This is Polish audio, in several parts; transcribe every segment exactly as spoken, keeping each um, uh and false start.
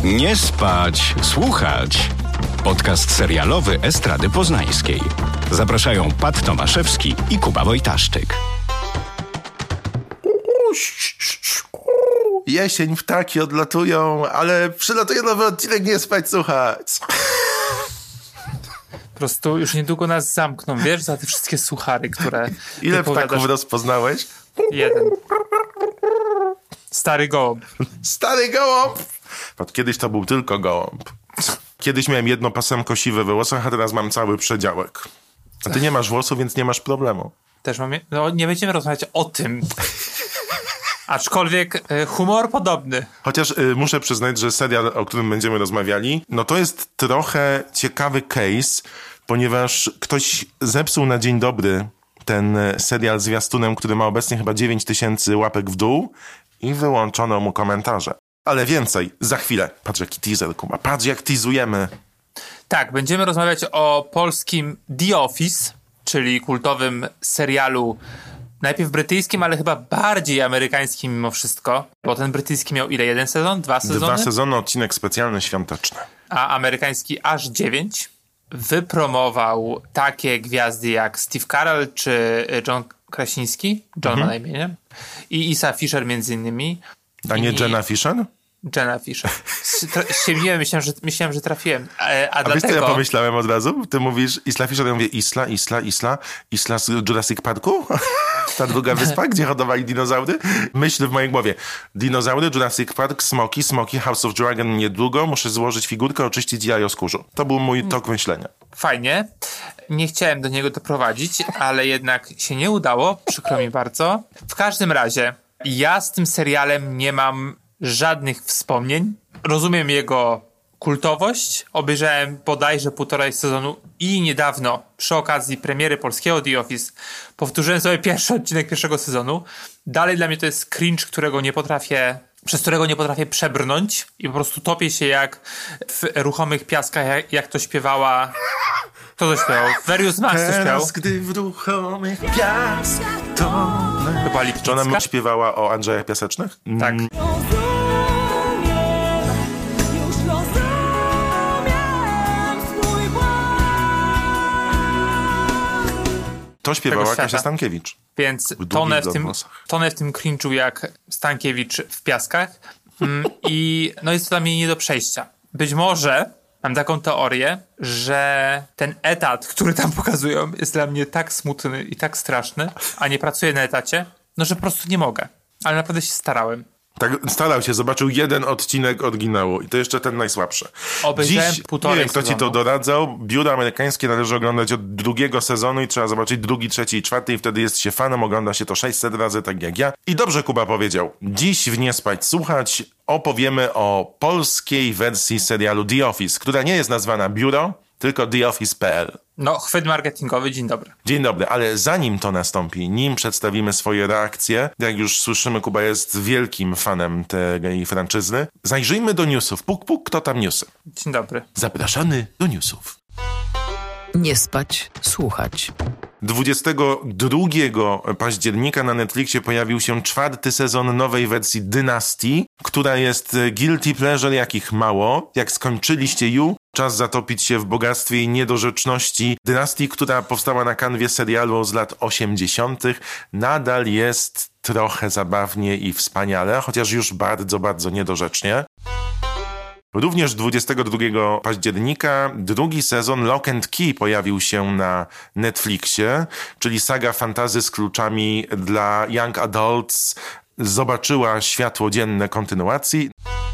Nie spać, słuchać. Podcast serialowy Estrady Poznańskiej. Zapraszają Pat Tomaszewski i Kuba Wojtaszczyk. Jesień, ptaki odlatują, ale przylatuje nowy odcinek Nie spać, słuchać. Po prostu już niedługo nas zamkną, wiesz, za te wszystkie suchary, które... Ile ptaków rozpoznałeś? Jeden. Stary gołąb. Stary gołąb! Kiedyś to był tylko gołąb. Kiedyś miałem jedno pasemko siwe we włosach, a teraz mam cały przedziałek. A ty nie masz włosów, więc nie masz problemu. Też mam... No nie będziemy rozmawiać o tym. Aczkolwiek y, humor podobny. Chociaż y, muszę przyznać, że serial, o którym będziemy rozmawiali, no to jest trochę ciekawy case, ponieważ ktoś zepsuł na dzień dobry ten serial zwiastunem, który ma obecnie chyba dziewięć tysięcy łapek w dół i wyłączono mu komentarze. Ale więcej, za chwilę. Patrz jaki teaser, Kuba. Patrz jak teasujemy. Tak, będziemy rozmawiać o polskim The Office, czyli kultowym serialu najpierw brytyjskim, ale chyba bardziej amerykańskim mimo wszystko. Bo ten brytyjski miał ile? Jeden sezon? Dwa sezony? Dwa sezony, odcinek specjalny, świąteczny. A amerykański aż dziewięć. Wypromował takie gwiazdy jak Steve Carell czy John Krasiński. John mhm. ma na imię, nie? I Isa Fisher między innymi. A nie I... Jenna Fisher? Jenna Fisher. Ściemniłem, myślałem, że, myślałem, że trafiłem. A, a, a dlatego... wiesz, co ja pomyślałem od razu? Ty mówisz Isla Fisher, ja mówię Isla, Isla, Isla, Isla z Jurassic Parku? Ta druga wyspa, gdzie hodowali dinozaury? Myśl w mojej głowie. Dinozaury, Jurassic Park, Smoki, Smoki, House of Dragon niedługo. Muszę złożyć figurkę, oczyścić jajo z kurzu. To był mój tok myślenia. Fajnie. Nie chciałem do niego doprowadzić, ale jednak się nie udało. Przykro mi bardzo. W każdym razie ja z tym serialem nie mam żadnych wspomnień. Rozumiem jego kultowość. Obejrzałem bodajże półtorej sezonu i niedawno przy okazji premiery polskiego The Office powtórzyłem sobie pierwszy odcinek pierwszego sezonu. Dalej dla mnie to jest cringe, którego nie potrafię, przez którego nie potrafię przebrnąć i po prostu topię się jak w ruchomych piaskach, jak, jak to śpiewała... Kto to śpiewał? Verious Max to śpiewał. Teraz, gdy w ruchomych piaskach to... Chyba Lipczycka. Czy ona śpiewała o Andrzejach Piasecznych? Tak. Mm. To śpiewała Kasia Stankiewicz. Więc tonę w, tym, tonę w tym cringe'u jak Stankiewicz w piaskach. Mm, I no jest to dla mnie nie do przejścia. Być może mam taką teorię, że ten etat, który tam pokazują, jest dla mnie tak smutny i tak straszny, a nie pracuję na etacie, no że po prostu nie mogę. Ale naprawdę się starałem. Tak, starał się, zobaczył jeden odcinek oryginału i to jeszcze ten najsłabszy. Obejrzałem Dziś, półtorej nie wiem, kto sezonu. ci to doradzał, biura amerykańskie należy oglądać od drugiego sezonu i trzeba zobaczyć drugi, trzeci i czwarty i wtedy jest się fanem, ogląda się to sześćset razy, tak jak ja. I dobrze Kuba powiedział, dziś w Nie spać, słuchać opowiemy o polskiej wersji serialu The Office, która nie jest nazwana Biuro, tylko The Office kropka p l. No, chwyt marketingowy, dzień dobry. Dzień dobry, ale zanim to nastąpi, nim przedstawimy swoje reakcje, jak już słyszymy, Kuba jest wielkim fanem tej franczyzny, zajrzyjmy do newsów. Puk, puk, kto tam newsy? Dzień dobry. Zapraszamy do newsów. Nie spać, słuchać. dwudziestego drugiego października na Netflixie pojawił się czwarty sezon nowej wersji Dynastii, która jest guilty pleasure jakich mało. Jak skończyliście You, czas zatopić się w bogactwie i niedorzeczności Dynastii, która powstała na kanwie serialu z lat osiemdziesiątych. Nadal jest trochę zabawnie i wspaniale, chociaż już bardzo, bardzo niedorzecznie. Również dwudziestego drugiego października drugi sezon Lock and Key pojawił się na Netflixie, czyli saga fantasy z kluczami dla young adults zobaczyła światło dzienne kontynuacji.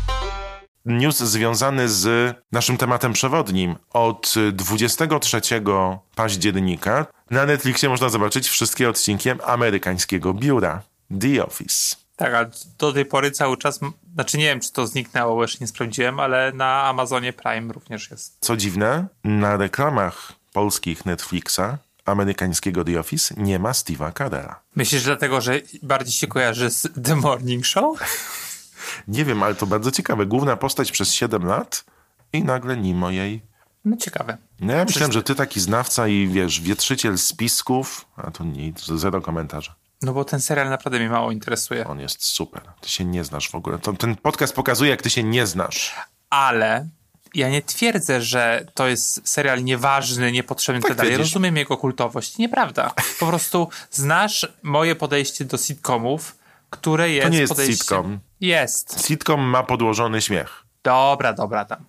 News związany z naszym tematem przewodnim. Od dwudziestego trzeciego października na Netflixie można zobaczyć wszystkie odcinki amerykańskiego biura The Office. Tak, a do tej pory cały czas, znaczy nie wiem, czy to zniknęło, bo jeszcze nie sprawdziłem, ale na Amazonie Prime również jest. Co dziwne, na reklamach polskich Netflixa, amerykańskiego The Office, nie ma Steve'a Carella. Myślisz dlatego, że bardziej się kojarzy z The Morning Show? Nie wiem, ale to bardzo ciekawe. Główna postać przez siedem lat i nagle nie ma jej. No ciekawe. No ja myślałem, że ty taki znawca i wiesz, wietrzyciel spisków, a tu nic, zero komentarza. No bo ten serial naprawdę mnie mało interesuje. On jest super. Ty się nie znasz w ogóle. To, ten podcast pokazuje, jak ty się nie znasz. ale ja nie twierdzę, że to jest serial nieważny, niepotrzebny i tak dalej. Rozumiem jego kultowość. Nieprawda. Po prostu znasz moje podejście do sitcomów, które jest To nie jest podejściem... sitcom. Jest. Sitcom ma podłożony śmiech. Dobra, dobra tam.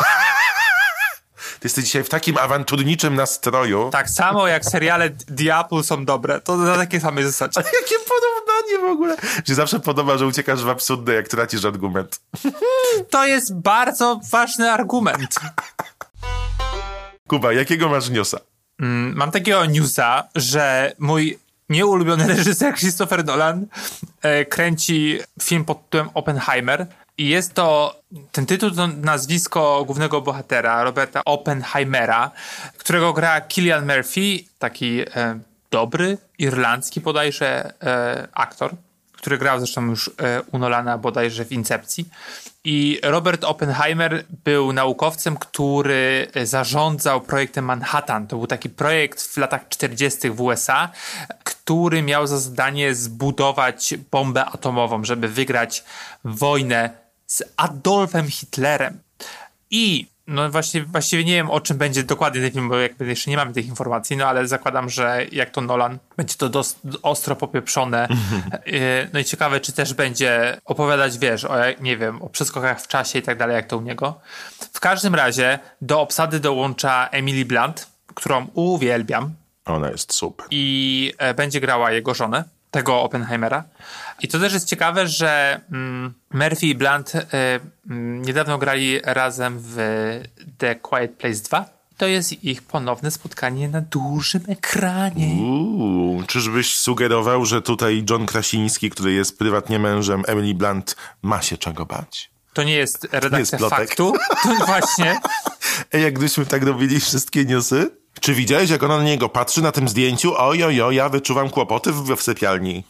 Ty jesteś dzisiaj w takim awanturniczym nastroju. Tak samo jak seriale The Apple są dobre. To na takie samej zasadzie. A jakie porównanie w ogóle. Się zawsze podoba, że uciekasz w absurdę, jak tracisz argument. To jest bardzo ważny argument. Kuba, jakiego masz newsa? Mm, mam takiego newsa, że mój nieulubiony reżyser Christopher Nolan e, kręci film pod tytułem Oppenheimer. I jest to, ten tytuł to nazwisko głównego bohatera, Roberta Oppenheimera, którego gra Cillian Murphy, taki e, dobry, irlandzki bodajże e, aktor, który grał zresztą już e, u Nolana bodajże w Incepcji. I Robert Oppenheimer był naukowcem, który zarządzał projektem Manhattan. To był taki projekt w latach czterdziestych w U S A, który miał za zadanie zbudować bombę atomową, żeby wygrać wojnę z Adolfem Hitlerem. I no właśnie, właściwie nie wiem, o czym będzie dokładnie ten film, bo jakby jeszcze nie mamy tych informacji, no ale zakładam, że jak to Nolan, będzie to dos- ostro popieprzone. No i ciekawe, czy też będzie opowiadać, wiesz, o, nie wiem, o przeskokach w czasie i tak dalej, jak to u niego. W każdym razie do obsady dołącza Emily Blunt, którą uwielbiam. Ona jest super. I e, będzie grała jego żonę, tego Oppenheimera. I to też jest ciekawe, że mm, Murphy i Blunt y, mm, niedawno grali razem w The Quiet Place dwa. To jest ich ponowne spotkanie na dużym ekranie. Uuu, czyżbyś sugerował, że tutaj John Krasiński, który jest prywatnie mężem Emily Blunt, ma się czego bać? To nie jest redakcja nie jest faktu. To właśnie. Ej, jak gdybyśmy tak robili wszystkie newsy? Czy widziałeś, jak ona na niego patrzy na tym zdjęciu? Oj, oj, oj, ja wyczuwam kłopoty w, w sypialni.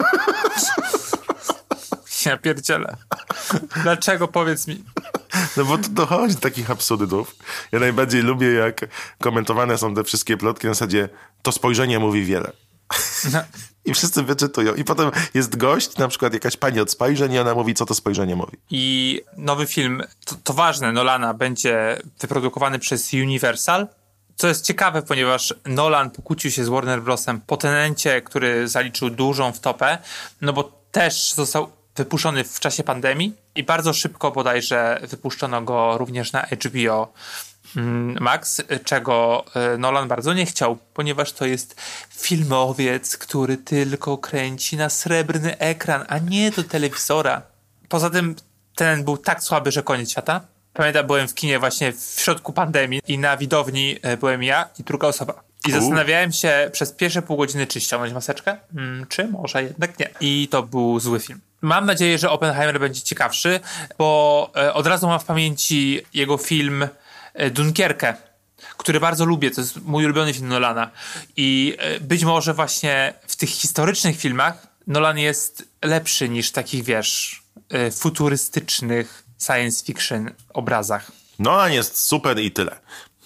Ja pierdzielę. Dlaczego? Powiedz mi. No bo to dochodzi do takich absurdów. Ja najbardziej lubię, jak komentowane są te wszystkie plotki na zasadzie to spojrzenie mówi wiele. No. I wszyscy wyczytują. I potem jest gość, na przykład jakaś pani od spojrzeń i ona mówi, co to spojrzenie mówi. I nowy film, to, to ważne, Nolana, będzie wyprodukowany przez Universal. Co jest ciekawe, ponieważ Nolan pokłócił się z Warner Brosem po Tenencie, który zaliczył dużą wtopę, no bo też został wypuszczony w czasie pandemii i bardzo szybko bodajże wypuszczono go również na H B O Max, czego Nolan bardzo nie chciał, ponieważ to jest filmowiec, który tylko kręci na srebrny ekran, a nie do telewizora. Poza tym ten był tak słaby, że koniec świata. Pamiętam, byłem w kinie właśnie w środku pandemii i na widowni byłem ja i druga osoba. I zastanawiałem się przez pierwsze pół godziny, czy ściągnąć maseczkę, hmm, czy może jednak nie. I to był zły film. Mam nadzieję, że Oppenheimer będzie ciekawszy, bo e, od razu mam w pamięci jego film e, Dunkierkę, który bardzo lubię. To jest mój ulubiony film Nolana. I e, być może właśnie w tych historycznych filmach Nolan jest lepszy niż takich, wiesz, e, futurystycznych science fiction obrazach. Nolan jest super i tyle.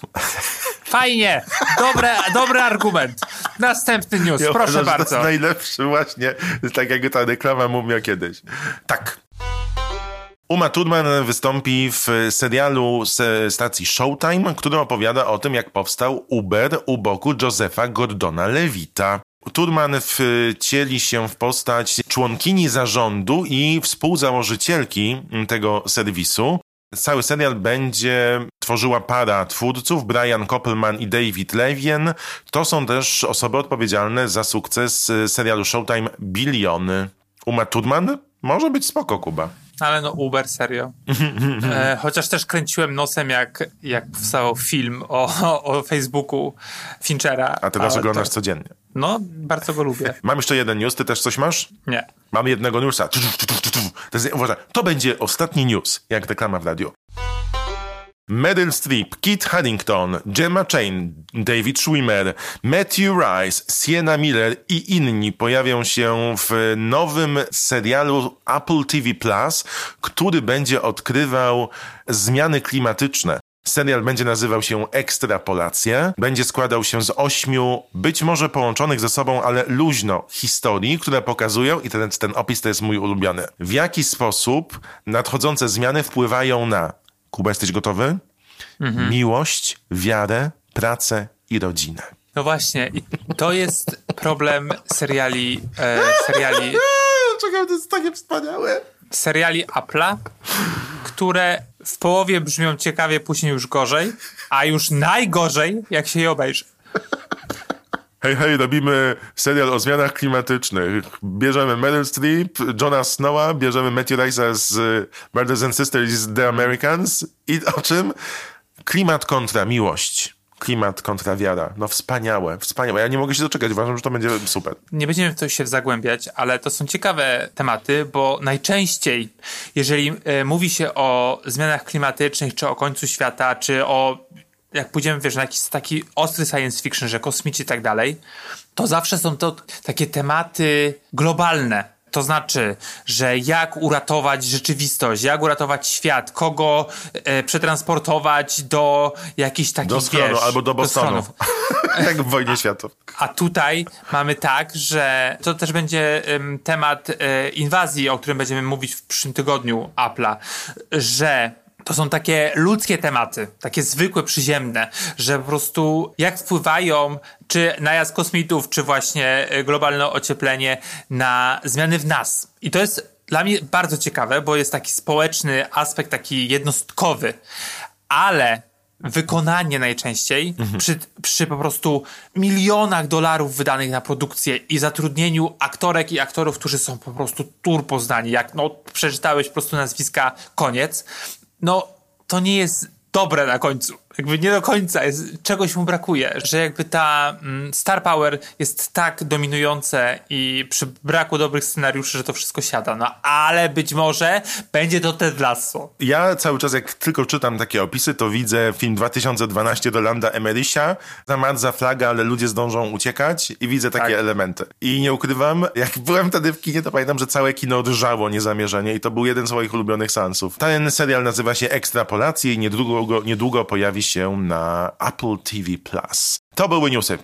Fajnie! Dobre, dobry argument. Następny news, Ja proszę uważam, bardzo. To jest najlepszy właśnie, tak jak ta reklama mówiła kiedyś. Tak. Uma Thurman wystąpi w serialu ze stacji Showtime, który opowiada o tym, jak powstał Uber u boku Josepha Gordona-Levita. Thurman wcieli się w postać członkini zarządu i współzałożycielki tego serwisu. Cały serial będzie tworzyła para twórców, Brian Koppelman i David Levien. To są też osoby odpowiedzialne za sukces serialu Showtime Biliony. Uma Thurman może być spoko, Kuba. Ale no Uber, serio. E, chociaż też kręciłem nosem, jak, jak powstał film o, o, o Facebooku Finchera. A teraz ale oglądasz to, codziennie. No, bardzo go lubię. Mam jeszcze jeden news, ty też coś masz? Nie. Mam jednego newsa. To, jest, uważaj, to będzie ostatni news, jak reklama w radiu. Meryl Streep, Kit Harington, Gemma Chan, David Schwimmer, Matthew Rice, Sienna Miller i inni pojawią się w nowym serialu Apple T V Plus, który będzie odkrywał zmiany klimatyczne. Serial będzie nazywał się Ekstrapolacja. Będzie składał się z ośmiu, być może połączonych ze sobą, ale luźno, historii, które pokazują, i ten, ten opis to jest mój ulubiony, w jaki sposób nadchodzące zmiany wpływają na Kuba, jesteś gotowy? Mhm. Miłość, wiarę, pracę i rodzinę. No właśnie, i to jest problem seriali, e, seriali... Czekaj, to jest takie wspaniałe. Seriali Apple'a, które w połowie brzmią ciekawie, później już gorzej, a już najgorzej, jak się je obejrzy. Hej, hej, robimy serial o zmianach klimatycznych. Bierzemy Meryl Streep, Johna Snowa, bierzemy Matthew Rice'a z Brothers and Sisters z The Americans i o czym? Klimat kontra miłość. Klimat kontra wiara. No wspaniałe, wspaniałe. Ja nie mogę się doczekać, uważam, że to będzie super. Nie będziemy w to się zagłębiać, ale to są ciekawe tematy, bo najczęściej, jeżeli e, mówi się o zmianach klimatycznych, czy o końcu świata, czy o, jak pójdziemy, wiesz, na jakiś taki ostry science fiction, że kosmici i tak dalej, to zawsze są to takie tematy globalne. To znaczy, że jak uratować rzeczywistość, jak uratować świat, kogo e, przetransportować do jakichś takich, do schronu, wiesz... albo do Bostonu. Do Jak w Wojnie Światów. A tutaj mamy tak, że to też będzie um, temat e, inwazji, o którym będziemy mówić w przyszłym tygodniu Apple'a, że to są takie ludzkie tematy, takie zwykłe, przyziemne, że po prostu jak wpływają czy najazd kosmitów, czy właśnie globalne ocieplenie na zmiany w nas. I to jest dla mnie bardzo ciekawe, bo jest taki społeczny aspekt, taki jednostkowy, ale wykonanie najczęściej mhm. przy, przy po prostu milionach dolarów wydanych na produkcję i zatrudnieniu aktorek i aktorów, którzy są po prostu turbo znani, jak no, przeczytałeś po prostu nazwiska, koniec. No, to nie jest dobre na końcu. Jakby nie do końca jest, czegoś mu brakuje, że jakby ta mm, star power jest tak dominujące i przy braku dobrych scenariuszy, że to wszystko siada. No, ale być może będzie to Ted Lasso. Ja cały czas, jak tylko czytam takie opisy, to widzę film dwa tysiące dwanaście Rolanda Emmericha, zamadza flaga, ale ludzie zdążą uciekać i widzę takie tak. elementy. I nie ukrywam, jak byłem wtedy w kinie, to pamiętam, że całe kino drżało niezamierzenie i to był jeden z moich ulubionych seansów. Ten serial nazywa się Ekstrapolacje i niedługo, niedługo pojawi się na Apple T V Plus. To były newsy.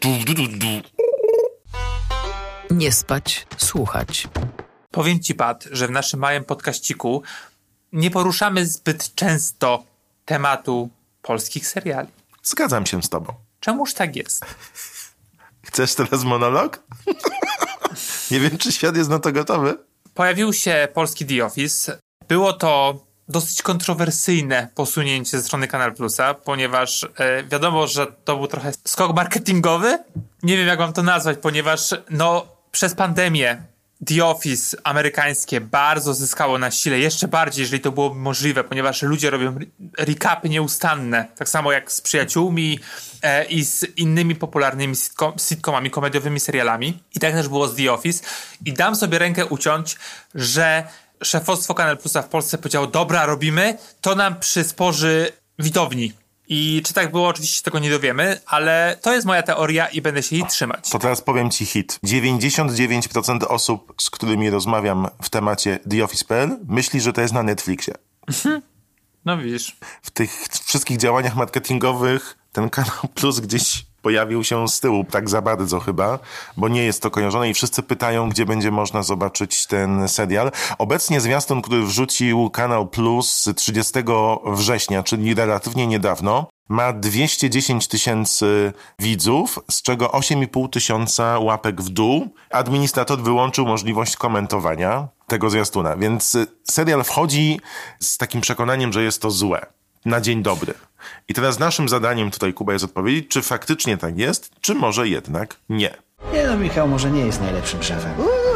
Nie spać, słuchać. Powiem ci, Pat, że w naszym małym podkaściku nie poruszamy zbyt często tematu polskich seriali. Zgadzam się z tobą. Czemuż tak jest? Chcesz teraz monolog? Nie wiem, czy świat jest na to gotowy. Pojawił się polski The Office. Było to dosyć kontrowersyjne posunięcie ze strony Kanal Plusa, ponieważ e, wiadomo, że to był trochę skok marketingowy. Nie wiem, jak mam to nazwać, ponieważ no, przez pandemię The Office amerykańskie bardzo zyskało na sile, jeszcze bardziej, jeżeli to było możliwe, ponieważ ludzie robią recapy nieustanne, tak samo jak z Przyjaciółmi e, i z innymi popularnymi sitcom, sitcomami, komediowymi serialami. I tak też było z The Office. I dam sobie rękę uciąć, że szefostwo Kanal Plusa w Polsce powiedziało, dobra, robimy, to nam przysporzy widowni. I czy tak było, oczywiście się tego nie dowiemy, ale to jest moja teoria i będę się jej trzymać. To teraz powiem ci hit. dziewięćdziesiąt dziewięć procent osób, z którymi rozmawiam w temacie The Office kropka p l myśli, że to jest na Netflixie. No widzisz. W tych wszystkich działaniach marketingowych ten Kanal Plus gdzieś pojawił się z tyłu, tak za bardzo chyba, bo nie jest to kojarzone i wszyscy pytają, gdzie będzie można zobaczyć ten serial. Obecnie zwiastun, który wrzucił Kanal Plus trzydziestego września, czyli relatywnie niedawno, ma dwieście dziesięć tysięcy widzów, z czego osiem i pół tysiąca łapek w dół. Administrator wyłączył możliwość komentowania tego zwiastuna, więc serial wchodzi z takim przekonaniem, że jest to złe. Na dzień dobry. I teraz naszym zadaniem tutaj, Kuba, jest odpowiedzieć, czy faktycznie tak jest, czy może jednak nie. Nie no, Michał może nie jest najlepszym szefem,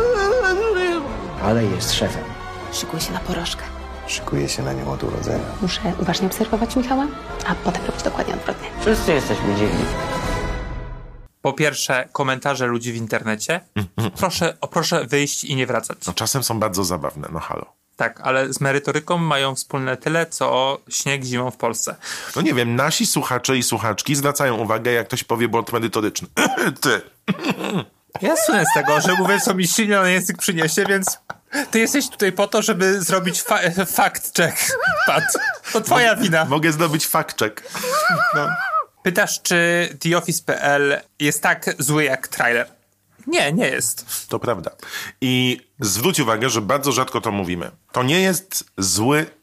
ale jest szefem. Szykuj się na porażkę. Szykuję się na nią od urodzenia. Muszę uważnie obserwować Michała, a potem robić dokładnie odwrotnie. Wszyscy jesteśmy dzielni. Po pierwsze, komentarze ludzi w internecie. Proszę, o, proszę wyjść i nie wracać. No czasem są bardzo zabawne, no halo. Tak, ale z merytoryką mają wspólne tyle, co śnieg zimą w Polsce. No nie wiem, nasi słuchacze i słuchaczki zwracają uwagę, jak ktoś powie błąd merytoryczny. Ty. Ja słynę z tego, że mówię, co mi silnie na język przyniesie, więc ty jesteś tutaj po to, żeby zrobić fa- fact check, Pat. To twoja wina. Mogę zdobyć fact check. No. Pytasz, czy The Office kropka p l jest tak zły jak trailer? Nie, nie jest. To prawda. I zwróć uwagę, że bardzo rzadko to mówimy. To nie jest zły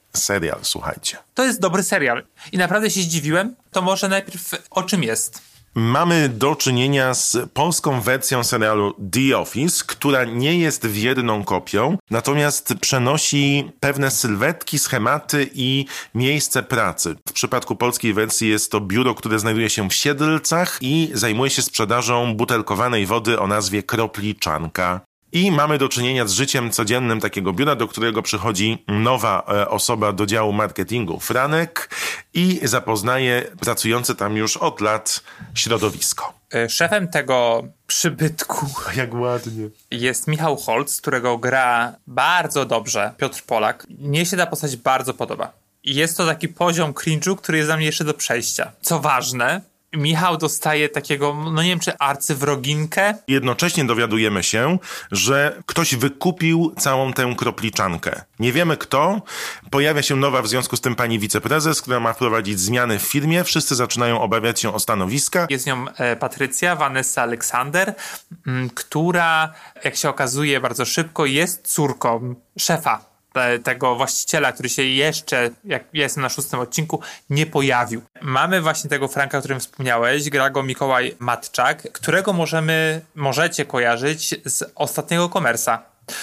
serial, słuchajcie. To jest dobry serial i naprawdę się zdziwiłem. To może najpierw o czym jest? Mamy do czynienia z polską wersją serialu The Office, która nie jest wierną kopią, natomiast przenosi pewne sylwetki, schematy i miejsce pracy. W przypadku polskiej wersji jest to biuro, które znajduje się w Siedlcach i zajmuje się sprzedażą butelkowanej wody o nazwie Kropliczanka. I mamy do czynienia z życiem codziennym takiego biura, do którego przychodzi nowa e, osoba do działu marketingu, Franek, i zapoznaje pracujące tam już od lat środowisko. Szefem tego przybytku Jak ładnie. jest Michał Holc, którego gra bardzo dobrze Piotr Polak. Mnie się ta postać bardzo podoba. I jest to taki poziom cringe'u, który jest dla mnie jeszcze do przejścia. Co ważne, Michał dostaje takiego, no nie wiem czy arcywroginkę. Jednocześnie dowiadujemy się, że ktoś wykupił całą tę kropliczankę. Nie wiemy kto. Pojawia się nowa w związku z tym pani wiceprezes, która ma wprowadzić zmiany w firmie. Wszyscy zaczynają obawiać się o stanowiska. Jest nią e, Patrycja, Vanessa Aleksander, m, która, jak się okazuje bardzo szybko, jest córką szefa tego właściciela, który się jeszcze, jak ja jestem na szóstym odcinku, nie pojawił. Mamy właśnie tego Franka, o którym wspomniałeś, gra go Mikołaj Matczak, którego możemy, możecie kojarzyć z ostatniego Komersa.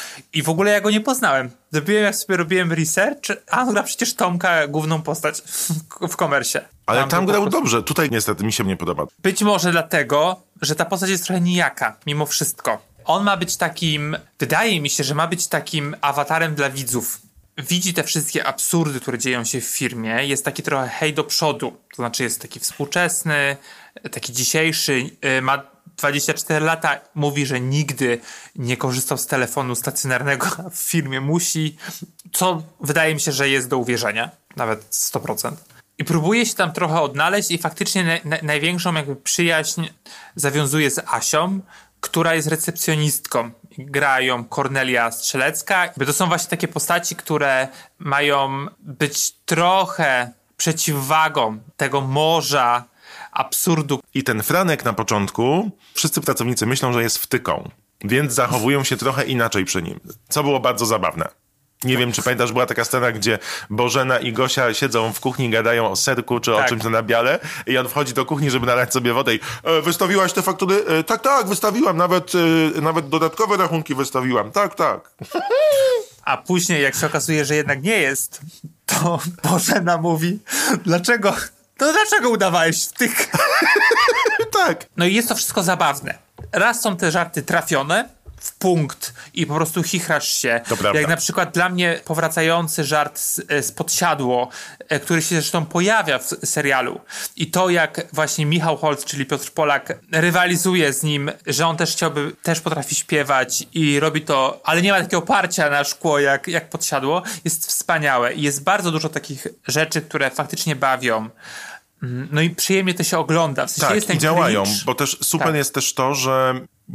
I w ogóle ja go nie poznałem. Zrobiłem, jak sobie robiłem research, a on gra przecież Tomka, główną postać w Komersie. Ale tam tam grał prostu... dobrze. Tutaj niestety mi się nie podoba. Być może dlatego, że ta postać jest trochę nijaka, mimo wszystko. On ma być takim, wydaje mi się, że ma być takim awatarem dla widzów. Widzi te wszystkie absurdy, które dzieją się w firmie. Jest taki trochę hej do przodu. To znaczy jest taki współczesny, taki dzisiejszy. Ma dwadzieścia cztery lata. Mówi, że nigdy nie korzystał z telefonu stacjonarnego, a w firmie musi. Co wydaje mi się, że jest do uwierzenia. Nawet sto procent. I próbuje się tam trochę odnaleźć i faktycznie na, na, największą jakby przyjaźń zawiązuje z Asią, która jest recepcjonistką. Gra ją Kornelia Strzelecka. To są właśnie takie postaci, które mają być trochę przeciwwagą tego morza absurdu. I ten Franek na początku, wszyscy pracownicy myślą, że jest wtyką, więc zachowują się trochę inaczej przy nim, co było bardzo zabawne. Nie wiem, czy pamiętasz, była taka scena, gdzie Bożena i Gosia siedzą w kuchni, gadają o serku czy tak. o czymś na biale i on wchodzi do kuchni, żeby nalać sobie wodę i e, wystawiłaś te faktury? E, tak, tak, wystawiłam, nawet, e, nawet dodatkowe rachunki wystawiłam, tak, tak. A później, jak się okazuje, że jednak nie jest, to Bożena mówi, dlaczego, to dlaczego udawałeś w tych... Tak. No i jest to wszystko zabawne. Raz są te żarty trafione w punkt i po prostu chichrasz się. To prawda. Jak na przykład dla mnie powracający żart z, z Podsiadło, który się zresztą pojawia w serialu. I to jak właśnie Michał Holc, czyli Piotr Polak, rywalizuje z nim, że on też chciałby, też potrafi śpiewać i robi to, ale nie ma takiego oparcia na szkło jak, jak Podsiadło, jest wspaniałe. I jest bardzo dużo takich rzeczy, które faktycznie bawią. No i przyjemnie to się ogląda. W sensie Tak, jest ten i działają, cringe. bo też super Tak. jest też to, że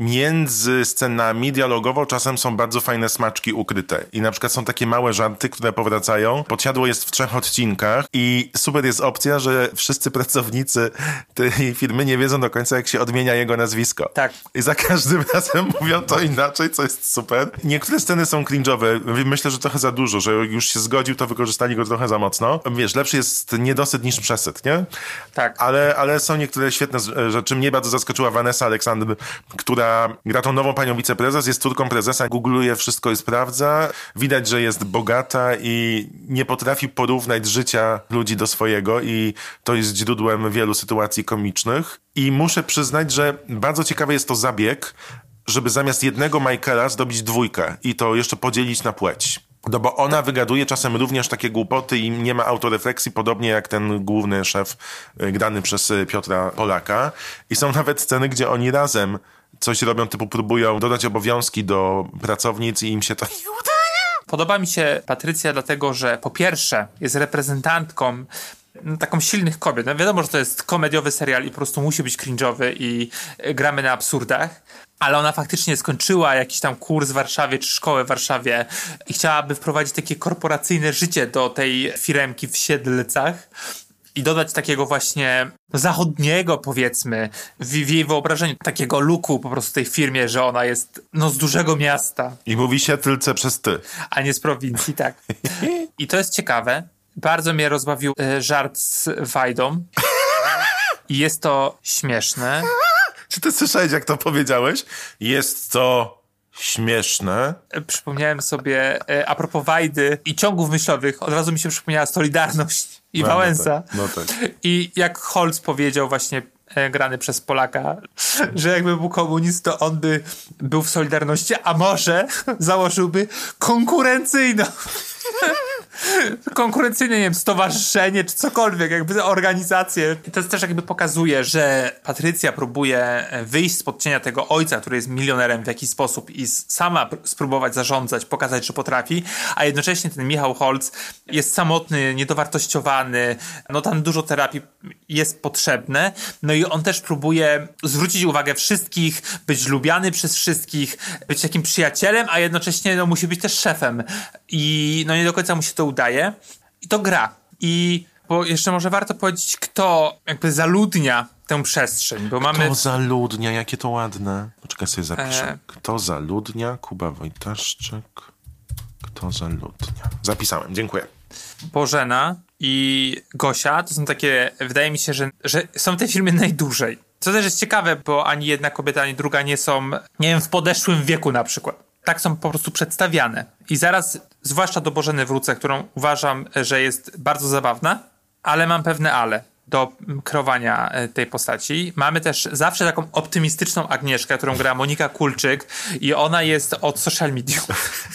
między scenami dialogowo czasem są bardzo fajne smaczki ukryte. I na przykład są takie małe żarty, które powracają. Podsiadło jest w trzech odcinkach i super jest opcja, że wszyscy pracownicy tej firmy nie wiedzą do końca, jak się odmienia jego nazwisko. Tak. I za każdym razem mówią to inaczej, co jest super. Niektóre sceny są cringe'owe. Myślę, że trochę za dużo, że jak już się zgodził, to wykorzystali go trochę za mocno. Wiesz, lepszy jest niedosyt niż przesyt, nie? Tak. Ale, ale są niektóre świetne rzeczy. Mnie bardzo zaskoczyła Vanessa Aleksander, która gra tą nową panią wiceprezes, jest córką prezesa, googluje wszystko i sprawdza. Widać, że jest bogata i nie potrafi porównać życia ludzi do swojego i to jest źródłem wielu sytuacji komicznych. I muszę przyznać, że bardzo ciekawy jest to zabieg, żeby zamiast jednego Michaela zdobić dwójkę i to jeszcze podzielić na płeć. No bo ona wygaduje czasem również takie głupoty i nie ma autorefleksji, podobnie jak ten główny szef grany przez Piotra Polaka. I są nawet sceny, gdzie oni razem coś robią, typu próbują dodać obowiązki do pracownic i im się to nie udaje. Podoba mi się Patrycja dlatego, że po pierwsze jest reprezentantką no, taką silnych kobiet. No, wiadomo, że to jest komediowy serial i po prostu musi być cringe'owy i gramy na absurdach. Ale ona faktycznie skończyła jakiś tam kurs w Warszawie czy szkołę w Warszawie i chciałaby wprowadzić takie korporacyjne życie do tej firemki w Siedlcach i dodać takiego właśnie zachodniego, powiedzmy, w, w jej wyobrażeniu, takiego looku po prostu w tej firmie, że ona jest no z dużego miasta. I mówi się tylce przez ty. A nie z prowincji, tak. I to jest ciekawe. Bardzo mnie rozbawił e, żart z Wajdą. I jest to śmieszne. Czy ty słyszałeś, jak to powiedziałeś? Jest to śmieszne. E, przypomniałem sobie, e, a propos Wajdy i ciągów myślowych, od razu mi się przypomniała Solidarność i No, Wałęsa. no tak, no tak. I jak Holz powiedział właśnie, e, grany przez Polaka, że jakby był komunist, to on by był w Solidarności, a może założyłby konkurencyjną. Konkurencyjne, nie wiem, stowarzyszenie czy cokolwiek, jakby organizację. I to jest też jakby pokazuje, że Patrycja próbuje wyjść spod cienia tego ojca, który jest milionerem w jakiś sposób i sama spróbować zarządzać, pokazać, że potrafi, a jednocześnie ten Michał Holz jest samotny, niedowartościowany, no tam dużo terapii jest potrzebne, no i on też próbuje zwrócić uwagę wszystkich, być lubiany przez wszystkich, być takim przyjacielem, a jednocześnie no, musi być też szefem i no nie do końca mu się to udaje i to gra. I bo jeszcze może warto powiedzieć, kto jakby zaludnia tę przestrzeń, bo mamy... Kto zaludnia, jakie to ładne. Poczekaj, sobie zapiszę. E... Kto zaludnia? Kuba Wojtaszczyk. Kto zaludnia? Zapisałem, dziękuję. Bożena i Gosia to są takie, wydaje mi się, że, że są te filmy najdłużej. Co też jest ciekawe, bo ani jedna kobieta, ani druga nie są, nie wiem, w podeszłym wieku na przykład. Tak są po prostu przedstawiane. I zaraz, zwłaszcza do Bożeny wrócę, którą uważam, że jest bardzo zabawna, ale mam pewne ale do kreowania tej postaci. Mamy też zawsze taką optymistyczną Agnieszkę, którą gra Monika Kulczyk i ona jest od social mediów.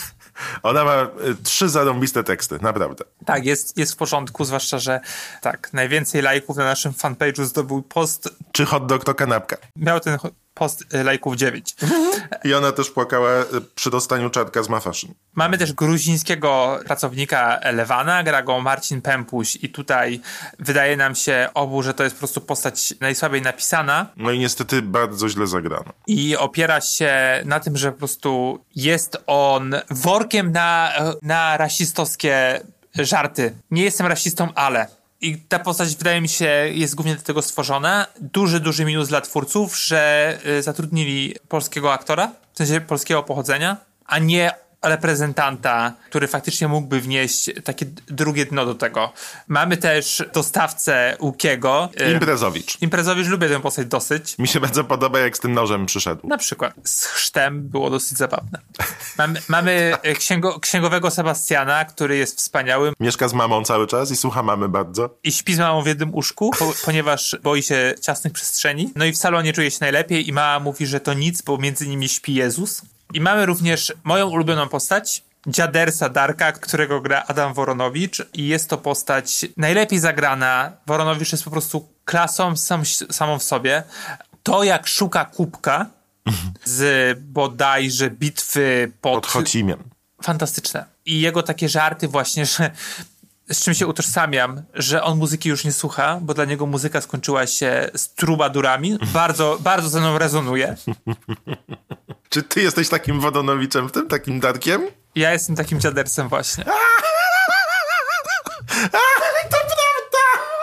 Ona ma y, trzy zarąbiste teksty, naprawdę. Tak, jest, jest w porządku, zwłaszcza, że tak, najwięcej lajków na naszym fanpage'u zdobył post. Czy hot dog to kanapka? Miał ten post y, lajków dziewięć. I ona też płakała y, przy dostaniu czarka z Mafaszyn. Mamy też gruzińskiego pracownika Lewana, gra go Marcin Pępuś i tutaj wydaje nam się obu, że to jest po prostu postać najsłabiej napisana. No i niestety bardzo źle zagrana. I opiera się na tym, że po prostu jest on workiem na, na rasistowskie żarty. Nie jestem rasistą, ale... I ta postać, wydaje mi się, jest głównie do tego stworzona. Duży, duży minus dla twórców, że y, zatrudnili polskiego aktora, w sensie polskiego pochodzenia, a nie reprezentanta, który faktycznie mógłby wnieść takie drugie dno do tego. Mamy też dostawcę Łukiego. Imprezowicz. Imprezowicz, lubię tę postać dosyć. Mi się bardzo podoba, jak z tym nożem przyszedł. Na przykład z chrztem było dosyć zabawne. Mamy, mamy księgo, księgowego Sebastiana, który jest wspaniałym. Mieszka z mamą cały czas i słucha mamy bardzo. I śpi z mamą w jednym łóżku, po, ponieważ boi się ciasnych przestrzeni. No i w salonie czuje się najlepiej i mama mówi, że to nic, bo między nimi śpi Jezus. I mamy również moją ulubioną postać, dziadersa Darka, którego gra Adam Woronowicz i jest to postać najlepiej zagrana. Woronowicz jest po prostu klasą sam, samą w sobie. To, jak szuka kubka z bodajże bitwy pod... Pod Chocimiem. Fantastyczne. I jego takie żarty właśnie, że z czym się utożsamiam, że on muzyki już nie słucha, bo dla niego muzyka skończyła się z trubadurami. Bardzo, bardzo ze mną rezonuje. Czy ty jesteś takim Wodonowiczem w tym, takim Darkiem? Ja jestem takim dziadersem właśnie. To prawda!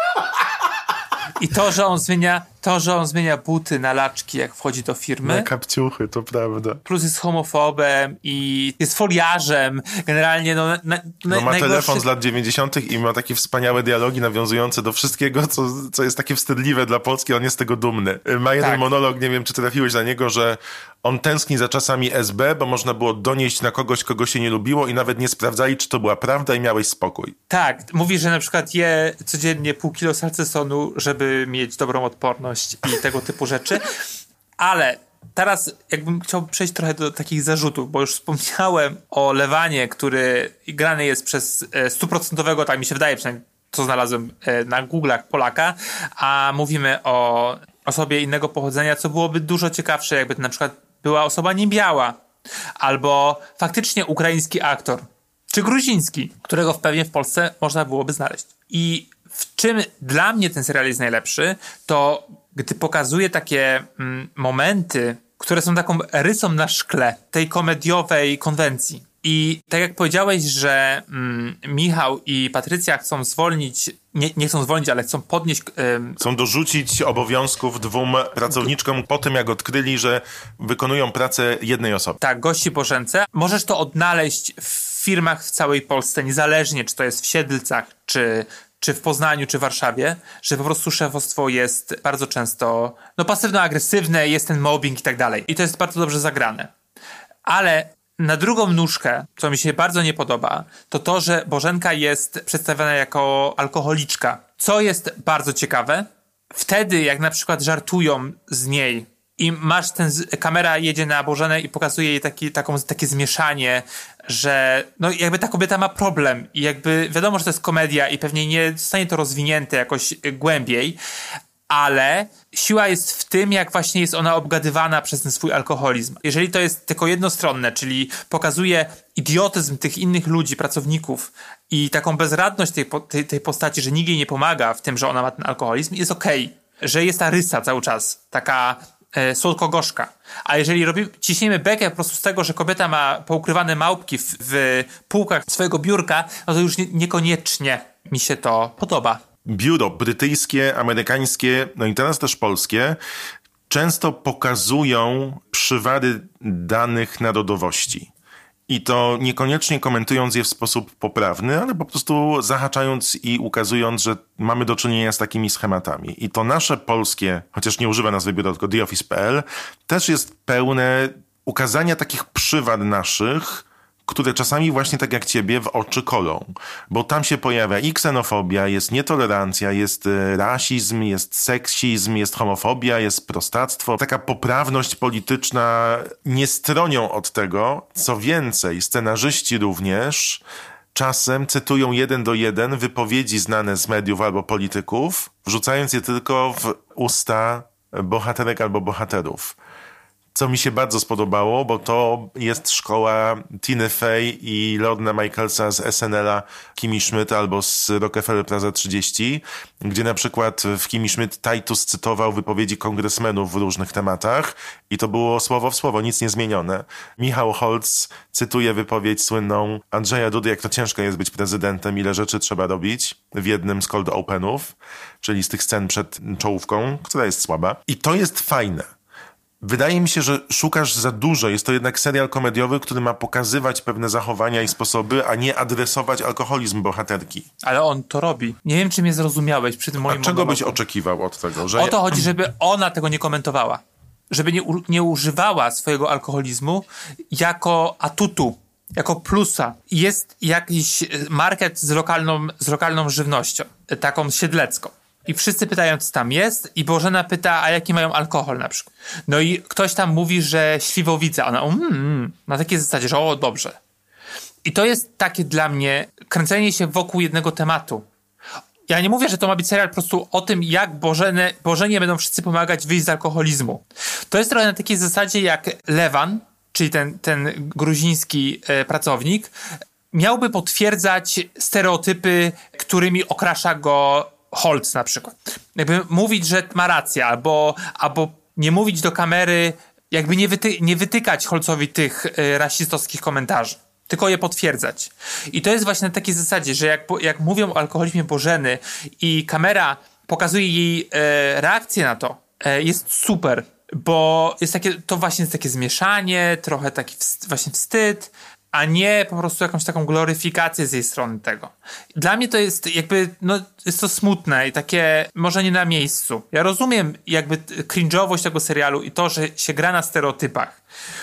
I to, że on zmienia, to, że on zmienia buty na laczki, jak wchodzi do firmy. Na kapciuchy, to prawda. Plus jest homofobem i jest foliarzem. Generalnie no... Na, na, no ma najgorszy... telefon z lat dziewięćdziesiątych i ma takie wspaniałe dialogi nawiązujące do wszystkiego, co, co jest takie wstydliwe dla Polski. On jest z tego dumny. Ma jeden tak. monolog, nie wiem, czy trafiłeś na niego, że on tęskni za czasami S B, bo można było donieść na kogoś, kogo się nie lubiło i nawet nie sprawdzali, czy to była prawda i miałeś spokój. Tak. Mówi, że na przykład je codziennie pół kilo salcesonu, żeby mieć dobrą odporność i tego typu rzeczy. Ale teraz jakbym chciał przejść trochę do takich zarzutów, bo już wspomniałem o Lewanie, który grany jest przez stuprocentowego, tak mi się wydaje przynajmniej, co znalazłem na Google'ach, Polaka, a mówimy o osobie innego pochodzenia, co byłoby dużo ciekawsze, jakby to na przykład była osoba niebiała, albo faktycznie ukraiński aktor, czy gruziński, którego pewnie w Polsce można byłoby znaleźć. I w czym dla mnie ten serial jest najlepszy, to gdy pokazuje takie mm, momenty, które są taką rysą na szkle tej komediowej konwencji. I tak jak powiedziałeś, że mm, Michał i Patrycja chcą zwolnić, nie, nie chcą zwolnić, ale chcą podnieść... Ym... Chcą dorzucić obowiązków dwóm pracowniczkom po tym, jak odkryli, że wykonują pracę jednej osoby. Tak, gości Bożence. Możesz to odnaleźć w firmach w całej Polsce, niezależnie czy to jest w Siedlcach, czy, czy w Poznaniu, czy w Warszawie, że po prostu szefostwo jest bardzo często no, pasywno-agresywne, jest ten mobbing i tak dalej. I to jest bardzo dobrze zagrane. Ale na drugą nóżkę, co mi się bardzo nie podoba, to to, że Bożenka jest przedstawiana jako alkoholiczka. Co jest bardzo ciekawe, wtedy jak na przykład żartują z niej i masz ten, kamera jedzie na Bożenę i pokazuje jej taki, taką, takie zmieszanie, że no jakby ta kobieta ma problem i jakby wiadomo, że to jest komedia i pewnie nie zostanie to rozwinięte jakoś głębiej, ale siła jest w tym, jak właśnie jest ona obgadywana przez ten swój alkoholizm. Jeżeli to jest tylko jednostronne, czyli pokazuje idiotyzm tych innych ludzi, pracowników i taką bezradność tej, tej, tej postaci, że nikt jej nie pomaga w tym, że ona ma ten alkoholizm, jest okej. Okay. Że jest ta rysa cały czas, taka e, słodko-gorzka. A jeżeli robi, ciśniemy bekę po prostu z tego, że kobieta ma poukrywane małpki w, w półkach swojego biurka, no to już nie, niekoniecznie mi się to podoba. Biuro brytyjskie, amerykańskie, no i teraz też polskie, często pokazują przywary danych narodowości. I to niekoniecznie komentując je w sposób poprawny, ale po prostu zahaczając i ukazując, że mamy do czynienia z takimi schematami. I to nasze polskie, chociaż nie używa nazwy biuro, tylko the office kropka p l, też jest pełne ukazania takich przywar naszych, które czasami właśnie tak jak ciebie w oczy kolą. Bo tam się pojawia i ksenofobia, jest nietolerancja, jest rasizm, jest seksizm, jest homofobia, jest prostactwo. Taka poprawność polityczna nie stronią od tego. Co więcej, scenarzyści również czasem cytują jeden do jeden wypowiedzi znane z mediów albo polityków, wrzucając je tylko w usta bohaterek albo bohaterów. Co mi się bardzo spodobało, bo to jest szkoła Tiny Fey i Lorna Michaelsa z S N L-a Kimi Schmidt albo z Rockefeller Plaza trzydzieści, gdzie na przykład w Kimi Schmidt Titus cytował wypowiedzi kongresmenów w różnych tematach i to było słowo w słowo, nic nie zmienione. Michał Holz cytuje wypowiedź słynną Andrzeja Dudy, jak to ciężko jest być prezydentem, ile rzeczy trzeba robić w jednym z cold openów, czyli z tych scen przed czołówką, która jest słaba. I to jest fajne. Wydaje mi się, że szukasz za dużo. Jest to jednak serial komediowy, który ma pokazywać pewne zachowania i sposoby, a nie adresować alkoholizm bohaterki. Ale on to robi. Nie wiem, czy mnie zrozumiałeś przy tym moim A czego monologu. byś oczekiwał od tego? Że o to chodzi, żeby ona tego nie komentowała. Żeby nie, u- nie używała swojego alkoholizmu jako atutu, jako plusa. Jest jakiś market z lokalną, z lokalną żywnością, taką siedlecką. I wszyscy pytają, co tam jest i Bożena pyta, a jaki mają alkohol na przykład. No i ktoś tam mówi, że śliwowica. Ona mm, na takiej zasadzie, że o, dobrze. I to jest takie dla mnie kręcenie się wokół jednego tematu. Ja nie mówię, że to ma być serial po prostu o tym, jak Bożenie, Bożenie będą wszyscy pomagać wyjść z alkoholizmu. To jest trochę na takiej zasadzie jak Lewan, czyli ten, ten gruziński e, pracownik, miałby potwierdzać stereotypy, którymi okrasza go Holz na przykład. Jakby mówić, że ma rację, albo, albo nie mówić do kamery, jakby nie, wyty- nie wytykać Holzowi tych y, rasistowskich komentarzy, tylko je potwierdzać. I to jest właśnie na takiej zasadzie, że jak, jak mówią o alkoholizmie Bożeny i kamera pokazuje jej y, reakcję na to, y, jest super, bo jest takie, to właśnie jest takie zmieszanie, trochę taki wst- właśnie wstyd, a nie po prostu jakąś taką gloryfikację z jej strony tego. Dla mnie to jest jakby, no jest to smutne i takie może nie na miejscu. Ja rozumiem jakby cringe'owość tego serialu i to, że się gra na stereotypach.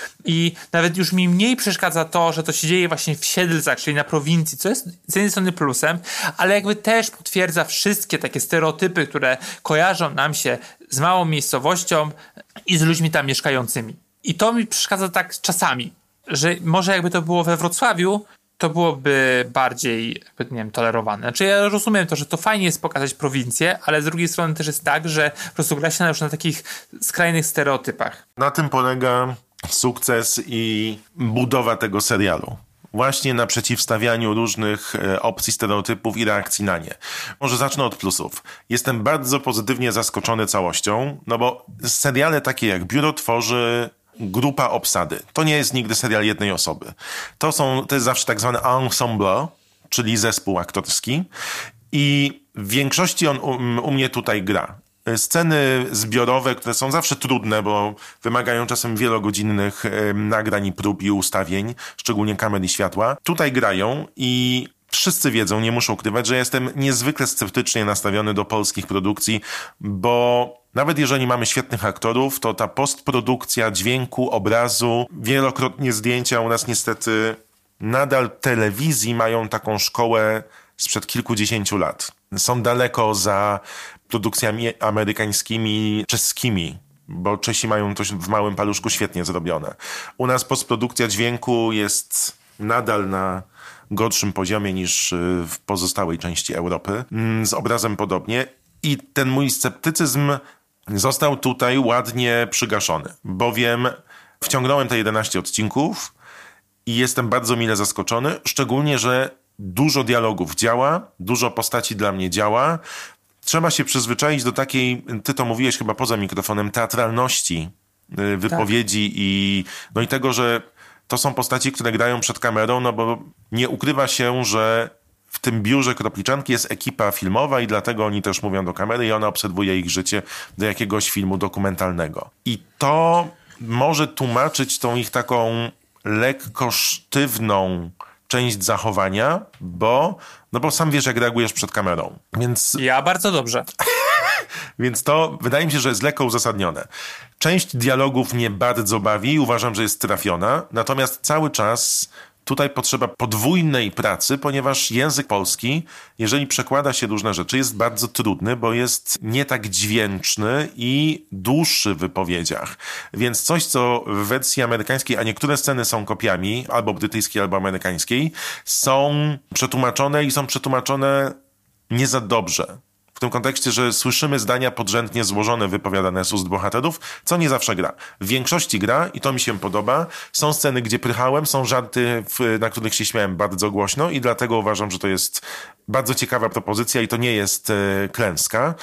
I nawet już mi mniej przeszkadza to, że to się dzieje właśnie w Siedlcach, czyli na prowincji, co jest z jednej strony plusem, ale jakby też potwierdza wszystkie takie stereotypy, które kojarzą nam się z małą miejscowością i z ludźmi tam mieszkającymi. I to mi przeszkadza tak czasami, że może jakby to było we Wrocławiu, to byłoby bardziej, jakby, nie wiem, tolerowane. Znaczy ja rozumiem to, że to fajnie jest pokazać prowincję, ale z drugiej strony też jest tak, że po prostu gra się już na takich skrajnych stereotypach. Na tym polega sukces i budowa tego serialu. Właśnie na przeciwstawianiu różnych opcji, stereotypów i reakcji na nie. Może zacznę od plusów. Jestem bardzo pozytywnie zaskoczony całością, no bo seriale takie jak Biuro tworzy grupa obsady. To nie jest nigdy serial jednej osoby. To są, to jest zawsze tak zwane ensemble, czyli zespół aktorski i w większości on u, u mnie tutaj gra. sceny zbiorowe, które są zawsze trudne, bo wymagają czasem wielogodzinnych y, nagrań i prób i ustawień, szczególnie kamer i światła. Tutaj grają i wszyscy wiedzą, nie muszą ukrywać, że jestem niezwykle sceptycznie nastawiony do polskich produkcji, bo nawet jeżeli mamy świetnych aktorów, to ta postprodukcja dźwięku, obrazu, wielokrotnie zdjęcia u nas niestety nadal telewizji mają taką szkołę sprzed kilkudziesięciu lat. Są daleko za produkcjami amerykańskimi, czeskimi, bo Czesi mają to w małym paluszku świetnie zrobione. U nas postprodukcja dźwięku jest nadal na gorszym poziomie niż w pozostałej części Europy. Z obrazem podobnie. I ten mój sceptycyzm został tutaj ładnie przygaszony, bowiem wciągnąłem te jedenaście odcinków i jestem bardzo mile zaskoczony, szczególnie, że dużo dialogów działa, dużo postaci dla mnie działa. Trzeba się przyzwyczaić do takiej, ty to mówiłeś chyba poza mikrofonem, teatralności wypowiedzi tak. i no i tego, że to są postaci, które grają przed kamerą, no bo nie ukrywa się, że w tym biurze Kropliczanki jest ekipa filmowa i dlatego oni też mówią do kamery i ona obserwuje ich życie do jakiegoś filmu dokumentalnego. I to może tłumaczyć tą ich taką lekko sztywną część zachowania, bo, no bo sam wiesz, jak reagujesz przed kamerą. Więc... Ja bardzo dobrze. Więc to wydaje mi się, że jest lekko uzasadnione. Część dialogów mnie bardzo bawi i uważam, że jest trafiona, natomiast cały czas tutaj potrzeba podwójnej pracy, ponieważ język polski, jeżeli przekłada się różne rzeczy, jest bardzo trudny, bo jest nie tak dźwięczny i dłuższy w wypowiedziach. Więc coś, co w wersji amerykańskiej, a niektóre sceny są kopiami, albo brytyjskiej, albo amerykańskiej, są przetłumaczone i są przetłumaczone nie za dobrze. W tym kontekście, że słyszymy zdania podrzędnie złożone, wypowiadane z ust bohaterów, co nie zawsze gra. W większości gra i to mi się podoba. Są sceny, gdzie prychałem, są żarty, w, na których się śmiałem bardzo głośno i dlatego uważam, że to jest bardzo ciekawa propozycja i to nie jest e, klęska.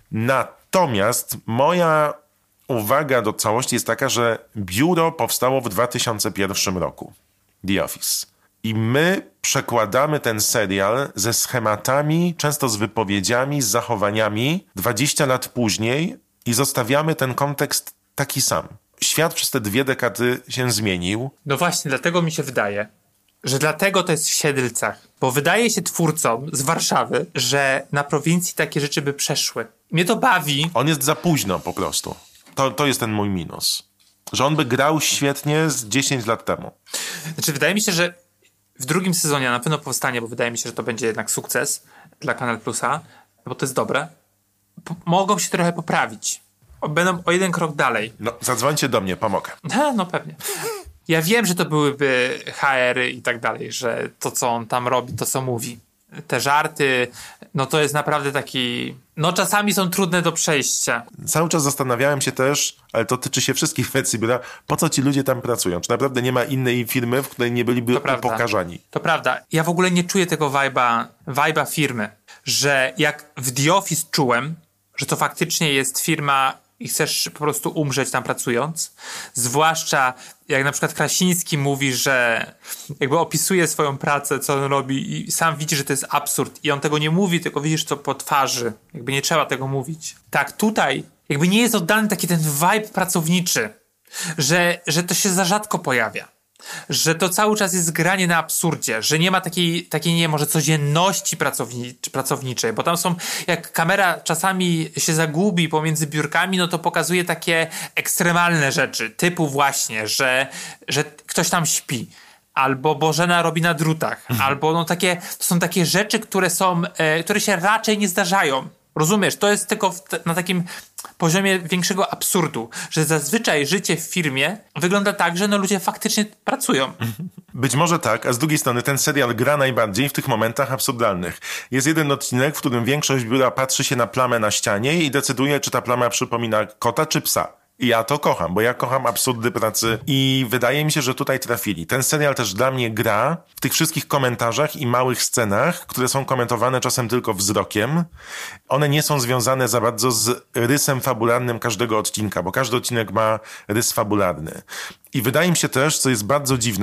Natomiast moja uwaga do całości jest taka, że biuro powstało w dwa tysiące pierwszym roku. The Office. I my przekładamy ten serial ze schematami, często z wypowiedziami, z zachowaniami dwadzieścia lat później i zostawiamy ten kontekst taki sam. Świat przez te dwie dekady się zmienił. No właśnie, dlatego mi się wydaje, że dlatego to jest w Siedlcach. Bo wydaje się twórcom z Warszawy, że na prowincji takie rzeczy by przeszły. Mnie to bawi. On jest za późno po prostu. To, to jest ten mój minus. Że on by grał świetnie z dziesięć lat temu. Znaczy, wydaje mi się, że w drugim sezonie na pewno powstanie, bo wydaje mi się, że to będzie jednak sukces dla Kanal Plusa, bo to jest dobre. P- mogą się trochę poprawić. O, będą o jeden krok dalej. No, zadzwońcie do mnie, pomogę. Ha, no pewnie. Ja wiem, że to byłyby H R-y i tak dalej, że to, co on tam robi, to, co mówi. Te żarty, no to jest naprawdę taki... No czasami są trudne do przejścia. Cały czas zastanawiałem się też, ale to tyczy się wszystkich wersji biura, po co ci ludzie tam pracują? Czy naprawdę nie ma innej firmy, w której nie byliby upokarzani? To prawda. Ja w ogóle nie czuję tego vibe'a, vibe'a firmy, że jak w The Office czułem, że to faktycznie jest firma i chcesz po prostu umrzeć tam pracując. Zwłaszcza jak na przykład Krasiński mówi, że jakby opisuje swoją pracę, co on robi i sam widzi, że to jest absurd i on tego nie mówi, tylko widzisz to po twarzy. Jakby nie trzeba tego mówić. Tak, tutaj jakby nie jest oddany taki ten vibe pracowniczy, że, że to się za rzadko pojawia. Że to cały czas jest granie na absurdzie, że nie ma takiej, takiej nie może codzienności pracowni- pracowniczej, bo tam są, jak kamera czasami się zagubi pomiędzy biurkami, no to pokazuje takie ekstremalne rzeczy, typu właśnie, że, że ktoś tam śpi, albo Bożena robi na drutach, mhm. albo no takie, to są takie rzeczy, które są, e, które się raczej nie zdarzają. Rozumiesz? To jest tylko w, na takim poziomie większego absurdu, że zazwyczaj życie w firmie wygląda tak, że no ludzie faktycznie pracują. Być może tak, a z drugiej strony ten serial gra najbardziej w tych momentach absurdalnych. Jest jeden odcinek, w którym większość biura patrzy się na plamę na ścianie i decyduje, czy ta plama przypomina kota czy psa. I ja to kocham, bo ja kocham absurdy pracy i wydaje mi się, że tutaj trafili. Ten serial też dla mnie gra w tych wszystkich komentarzach i małych scenach, które są komentowane czasem tylko wzrokiem. One nie są związane za bardzo z rysem fabularnym każdego odcinka, bo każdy odcinek ma rys fabularny. I wydaje mi się też, co jest bardzo dziwne,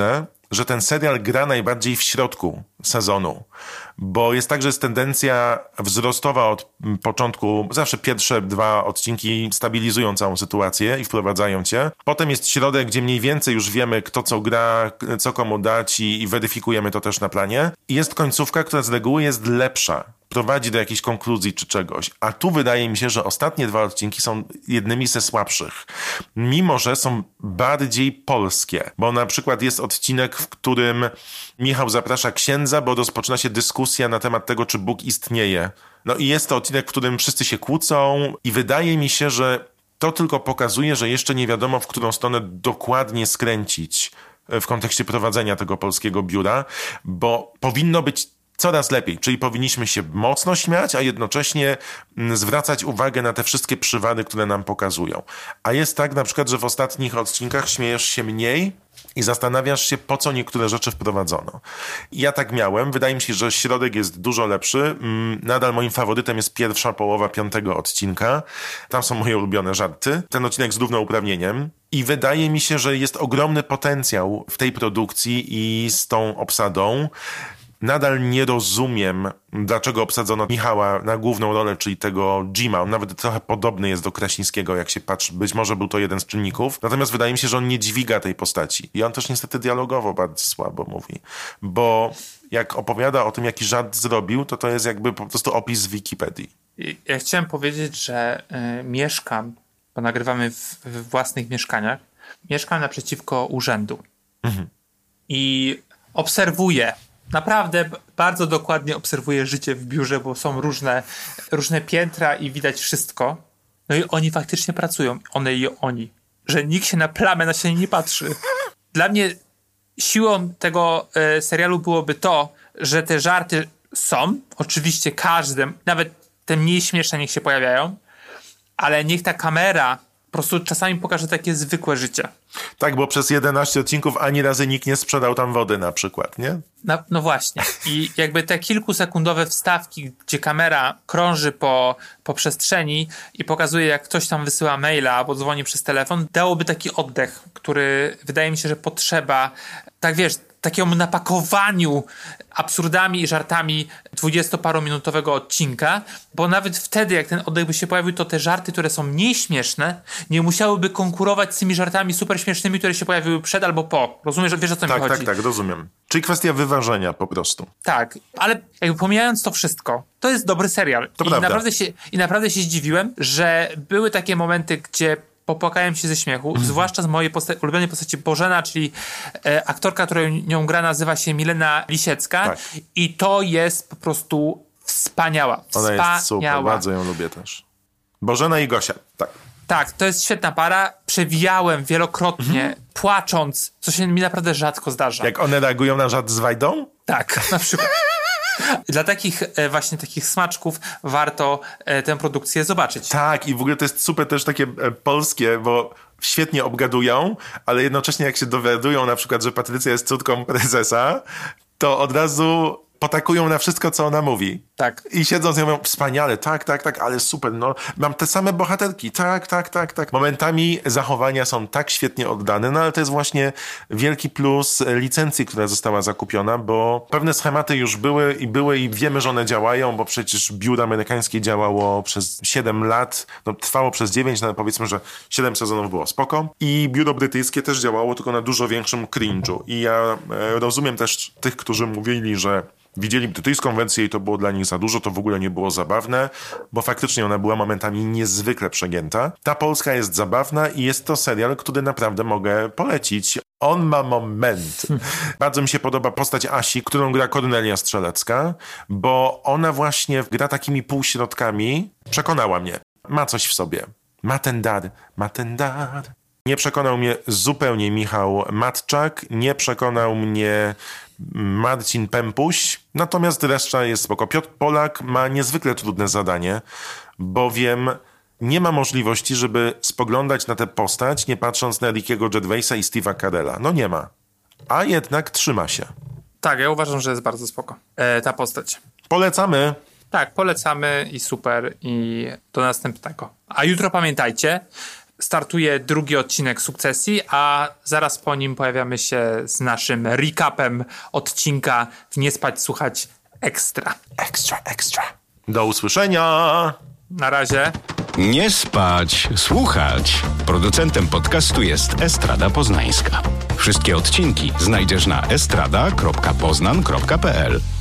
że ten serial gra najbardziej w środku sezonu, bo jest tak, że jest tendencja wzrostowa od początku, zawsze pierwsze dwa odcinki stabilizują całą sytuację i wprowadzają cię. Potem jest środek, gdzie mniej więcej już wiemy, kto co gra, co komu dać i, i weryfikujemy to też na planie. I jest końcówka, która z reguły jest lepsza. Prowadzi do jakiejś konkluzji czy czegoś. A tu wydaje mi się, że ostatnie dwa odcinki są jednymi ze słabszych. Mimo, że są bardziej polskie. Bo na przykład jest odcinek, w którym Michał zaprasza księdza, bo rozpoczyna się dyskusja na temat tego, czy Bóg istnieje. No i jest to odcinek, w którym wszyscy się kłócą i wydaje mi się, że to tylko pokazuje, że jeszcze nie wiadomo, w którą stronę dokładnie skręcić w kontekście prowadzenia tego polskiego biura, bo powinno być coraz lepiej, czyli powinniśmy się mocno śmiać, a jednocześnie zwracać uwagę na te wszystkie przywady, które nam pokazują. A jest tak na przykład, że w ostatnich odcinkach śmiejesz się mniej i zastanawiasz się, po co niektóre rzeczy wprowadzono. Ja tak miałem. Wydaje mi się, że środek jest dużo lepszy. Nadal moim faworytem jest pierwsza połowa piątego odcinka. Tam są moje ulubione żarty. Ten odcinek z równouprawnieniem. I wydaje mi się, że jest ogromny potencjał w tej produkcji i z tą obsadą. Nadal nie rozumiem, dlaczego obsadzono Michała na główną rolę, czyli tego Jima. On nawet trochę podobny jest do Krasińskiego, jak się patrzy. Być może był to jeden z czynników. Natomiast wydaje mi się, że on nie dźwiga tej postaci. I on też niestety dialogowo bardzo słabo mówi. Bo jak opowiada o tym, jaki żart zrobił, to to jest jakby po prostu opis z Wikipedii. Ja chciałem powiedzieć, że y, mieszkam, bo nagrywamy w, w własnych mieszkaniach, mieszkam naprzeciwko urzędu. Mhm. I obserwuję Naprawdę bardzo dokładnie obserwuję życie w biurze, bo są różne, różne piętra i widać wszystko. No i oni faktycznie pracują. One i oni. Że nikt się na plamę na ścianie nie patrzy. Dla mnie siłą tego e, serialu byłoby to, że te żarty są. Oczywiście każdym, nawet te mniej śmieszne niech się pojawiają, ale niech ta kamera po prostu czasami pokaże takie zwykłe życie. Tak, bo przez jedenaście odcinków ani razy nikt nie sprzedał tam wody na przykład, nie? No, no właśnie. I jakby te kilkusekundowe wstawki, gdzie kamera krąży po, po przestrzeni i pokazuje, jak ktoś tam wysyła maila albo dzwoni przez telefon, dałoby taki oddech, który wydaje mi się, że potrzeba, tak wiesz, takiemu napakowaniu absurdami i żartami dwudziestoparominutowego odcinka, bo nawet wtedy, jak ten oddech by się pojawił, to te żarty, które są mniej śmieszne, nie musiałyby konkurować z tymi żartami super śmiesznymi, które się pojawiły przed albo po. Rozumiesz, wiesz, o co mi tak, chodzi? Tak, tak, rozumiem. Czyli kwestia wyważenia po prostu. Tak, ale jakby pomijając to wszystko, to jest dobry serial. To I prawda. naprawdę się, I naprawdę się zdziwiłem, że były takie momenty, gdzie popłakałem się ze śmiechu, mm. zwłaszcza z mojej posta- ulubionej postaci Bożena, czyli e, aktorka, która nią gra, nazywa się Milena Lisiecka, tak. I to jest po prostu wspaniała. Wspaniała. Ona jest super, bardzo ją lubię też. Bożena i Gosia, tak. Tak, to jest świetna para. Przewijałem wielokrotnie, mm. płacząc, co się mi naprawdę rzadko zdarza. Jak one reagują na żart z Wajdą? Tak, na przykład. Dla takich e, właśnie takich smaczków warto e, tę produkcję zobaczyć. Tak, i w ogóle to jest super też takie e, polskie, bo świetnie obgadują, ale jednocześnie jak się dowiadują na przykład, że Patrycja jest córką prezesa, to od razu potakują na wszystko, co ona mówi. Tak. I siedzą z nią mówią, wspaniale, tak, tak, tak, ale super, no, mam te same bohaterki, tak, tak, tak, tak. Momentami zachowania są tak świetnie oddane, no ale to jest właśnie wielki plus licencji, która została zakupiona, bo pewne schematy już były i były i wiemy, że one działają, bo przecież biuro amerykańskie działało przez siedem lat, no trwało przez dziewięć, no powiedzmy, że siedem sezonów było spoko. I biuro brytyjskie też działało, tylko na dużo większym cringe'u. I ja e, rozumiem też tych, którzy mówili, że widzieli brytyjską wersję i to było dla nich za dużo, to w ogóle nie było zabawne, bo faktycznie ona była momentami niezwykle przegięta. Ta polska jest zabawna i jest to serial, który naprawdę mogę polecić. On ma moment. Bardzo mi się podoba postać Asi, którą gra Kornelia Strzelecka, bo ona właśnie gra takimi półśrodkami. Przekonała mnie. Ma coś w sobie. Ma ten dar. Ma ten dar. Nie przekonał mnie zupełnie Michał Matczak, nie przekonał mnie Marcin Pępuś, natomiast reszta jest spoko. Piotr Polak ma niezwykle trudne zadanie, bowiem nie ma możliwości, żeby spoglądać na tę postać, nie patrząc na Rickiego Gervaisa i Steve'a Carella. No nie ma. A jednak trzyma się. Tak, ja uważam, że jest bardzo spoko e, ta postać. Polecamy. Tak, polecamy i super i do następnego. A jutro pamiętajcie, startuje drugi odcinek Sukcesji, a zaraz po nim pojawiamy się z naszym recapem odcinka w Nie spać, słuchać ekstra. Ekstra, ekstra. Do usłyszenia! Na razie. Nie spać, słuchać. Producentem podcastu jest Estrada Poznańska. Wszystkie odcinki znajdziesz na estrada kropka poznan kropka p l.